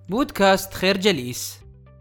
بودكاست خير جليس.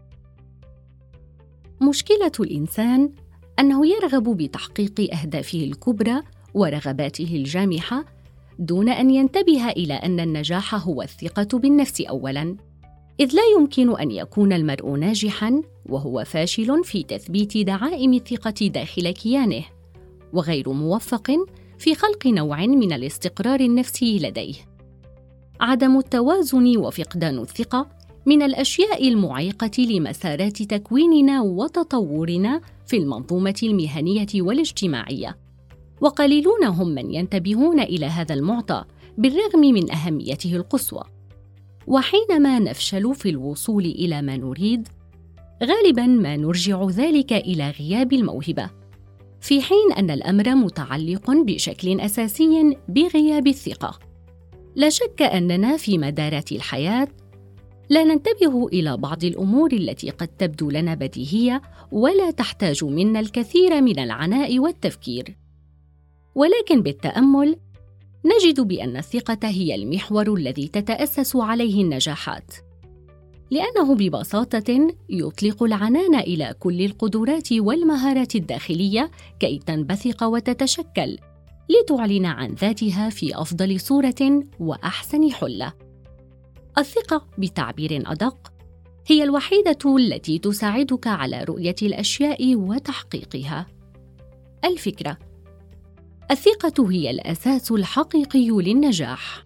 مشكلة الإنسان أنه يرغب بتحقيق أهدافه الكبرى ورغباته الجامحة دون أن ينتبه إلى أن النجاح هو الثقة بالنفس أولاً، إذ لا يمكن أن يكون المرء ناجحاً وهو فاشل في تثبيت دعائم الثقة داخل كيانه، وغير موفق في خلق نوع من الاستقرار النفسي لديه. عدم التوازن وفقدان الثقة من الأشياء المعيقة لمسارات تكويننا وتطورنا في المنظومة المهنية والاجتماعية، وقليلون هم من ينتبهون إلى هذا المعطى بالرغم من أهميته القصوى. وحينما نفشل في الوصول إلى ما نريد، غالباً ما نرجع ذلك إلى غياب الموهبة، في حين أن الأمر متعلق بشكل أساسي بغياب الثقة. لا شك أننا في مدارات الحياة لا ننتبه إلى بعض الأمور التي قد تبدو لنا بديهية ولا تحتاج منا الكثير من العناء والتفكير، ولكن بالتأمل نجد بأن الثقة هي المحور الذي تتأسس عليه النجاحات، لأنه ببساطة يطلق العنان إلى كل القدرات والمهارات الداخلية كي تنبثق وتتشكل لتعلن عن ذاتها في أفضل صورة وأحسن حلة. الثقة بتعبير أدق هي الوحيدة التي تساعدك على رؤية الأشياء وتحقيقها. الفكرة: الثقة هي الأساس الحقيقي للنجاح.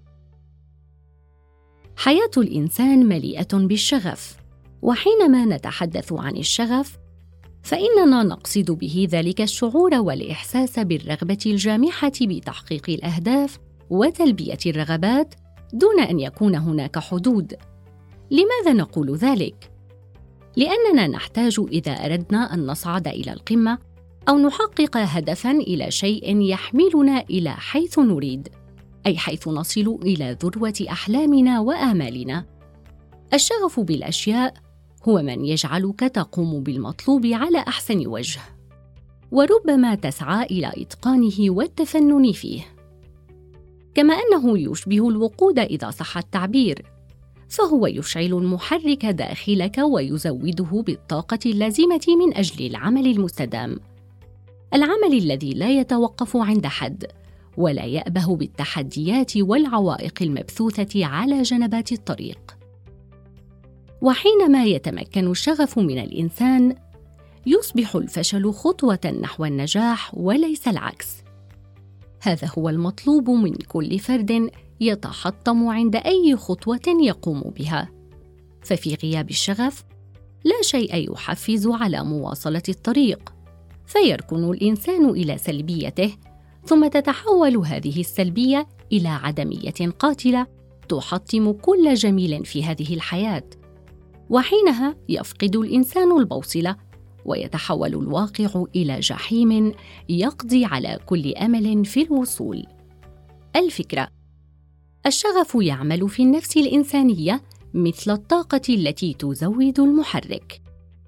حياة الإنسان مليئة بالشغف، وحينما نتحدث عن الشغف فإننا نقصد به ذلك الشعور والإحساس بالرغبة الجامحة بتحقيق الأهداف وتلبية الرغبات دون أن يكون هناك حدود. لماذا نقول ذلك؟ لأننا نحتاج إذا أردنا أن نصعد إلى القمة أو نحقق هدفاً إلى شيء يحملنا إلى حيث نريد، أي حيث نصل إلى ذروة أحلامنا وآمالنا. الشغف بالأشياء هو من يجعلك تقوم بالمطلوب على أحسن وجه، وربما تسعى إلى إتقانه والتفنن فيه. كما أنه يشبه الوقود إذا صح التعبير، فهو يشعل المحرك داخلك ويزوده بالطاقة اللازمة من أجل العمل المستدام، العمل الذي لا يتوقف عند حد ولا يأبه بالتحديات والعوائق المبثوثة على جنبات الطريق. وحينما يتمكن الشغف من الإنسان، يصبح الفشل خطوة نحو النجاح وليس العكس. هذا هو المطلوب من كل فرد يتحطم عند أي خطوة يقوم بها، ففي غياب الشغف لا شيء يحفز على مواصلة الطريق، فيركن الإنسان إلى سلبيته، ثم تتحول هذه السلبية إلى عدمية قاتلة تحطم كل جميل في هذه الحياة، وحينها يفقد الإنسان البوصلة ويتحول الواقع إلى جحيم يقضي على كل أمل في الوصول. الفكرة: الشغف يعمل في النفس الإنسانية مثل الطاقة التي تزود المحرك.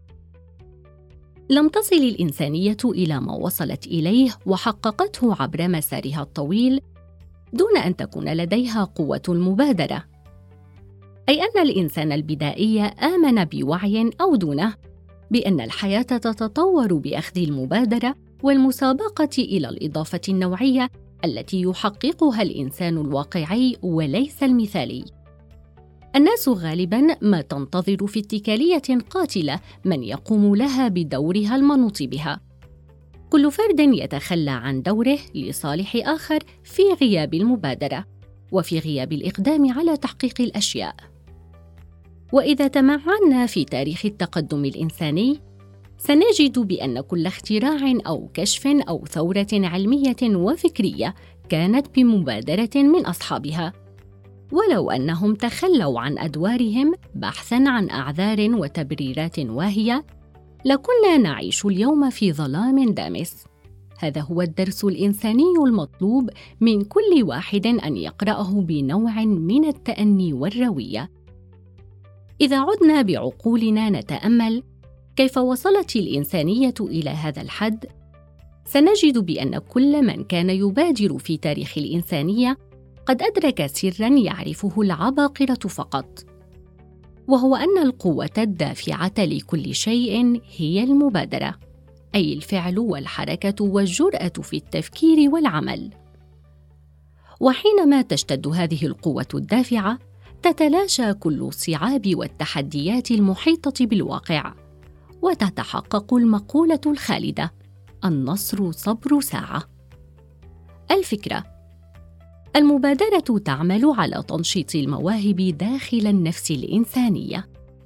لم تصل الإنسانية إلى ما وصلت إليه وحققته عبر مسارها الطويل دون أن تكون لديها قوة المبادرة، أي أن الإنسان البدائي آمن بوعي أو دونه بأن الحياة تتطور بأخذ المبادرة والمسابقة إلى الإضافة النوعية التي يحققها الإنسان الواقعي وليس المثالي. الناس غالباً ما تنتظر في اتكالية قاتلة من يقوم لها بدورها المنوط بها. كل فرد يتخلى عن دوره لصالح آخر في غياب المبادرة وفي غياب الإقدام على تحقيق الأشياء. وإذا تمعنا في تاريخ التقدم الإنساني، سنجد بأن كل اختراع أو كشف أو ثورة علمية وفكرية كانت بمبادرة من أصحابها، ولو أنهم تخلوا عن أدوارهم بحثاً عن أعذار وتبريرات واهية، لكنا نعيش اليوم في ظلام دامس. هذا هو الدرس الإنساني المطلوب من كل واحد أن يقرأه بنوع من التأني والروية. إذا عدنا بعقولنا نتأمل كيف وصلت الإنسانية إلى هذا الحد، سنجد بأن كل من كان يبادر في تاريخ الإنسانية قد أدرك سراً يعرفه العباقرة فقط، وهو أن القوة الدافعة لكل شيء هي المبادرة، أي الفعل والحركة والجرأة في التفكير والعمل. وحينما تشتد هذه القوة الدافعة، تتلاشى كل الصعاب والتحديات المحيطة بالواقع، وتتحقق المقولة الخالدة: النصر صبر ساعة. الفكرة: المبادرة تعمل على تنشيط المواهب داخل النفس الإنسانية.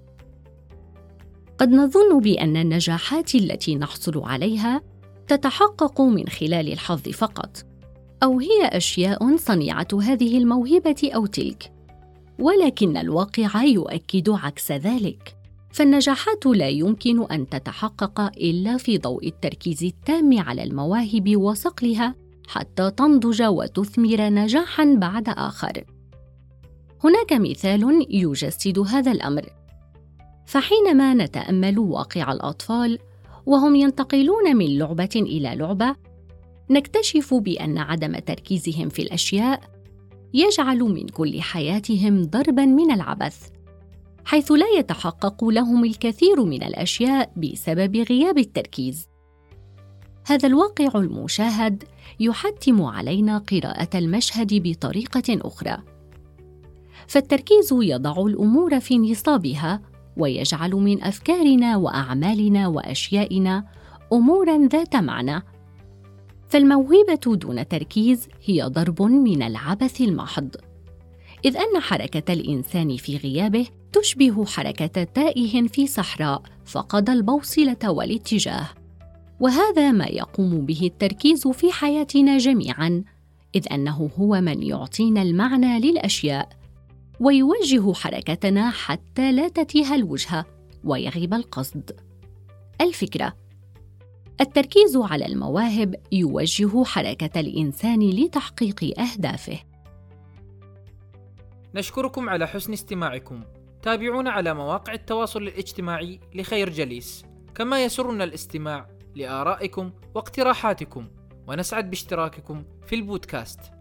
قد نظن بأن النجاحات التي نحصل عليها تتحقق من خلال الحظ فقط، أو هي أشياء صنيعة هذه الموهبة أو تلك، ولكن الواقع يؤكد عكس ذلك. فالنجاحات لا يمكن أن تتحقق إلا في ضوء التركيز التام على المواهب وصقلها حتى تنضج وتثمر نجاحاً بعد آخر. هناك مثال يجسد هذا الأمر. فحينما نتأمل واقع الأطفال وهم ينتقلون من لعبة إلى لعبة، نكتشف بأن عدم تركيزهم في الأشياء يجعل من كل حياتهم ضرباً من العبث، حيث لا يتحقق لهم الكثير من الأشياء بسبب غياب التركيز. هذا الواقع المشاهد يحتم علينا قراءة المشهد بطريقة أخرى، فالتركيز يضع الأمور في نصابها ويجعل من أفكارنا وأعمالنا وأشيائنا أموراً ذات معنى. فالموهبة دون تركيز هي ضرب من العبث المحض، إذ أن حركة الإنسان في غيابه تشبه حركة تائه في صحراء فقد البوصلة والاتجاه. وهذا ما يقوم به التركيز في حياتنا جميعاً، إذ أنه هو من يعطينا المعنى للأشياء ويوجه حركتنا حتى لا تتيه الوجهة ويغيب القصد. الفكرة: التركيز على المواهب يوجه حركة الإنسان لتحقيق أهدافه. نشكركم على حسن استماعكم. تابعونا على مواقع التواصل الاجتماعي لخير جليس، كما يسرنا الاستماع لآرائكم واقتراحاتكم، ونسعد باشتراككم في البودكاست.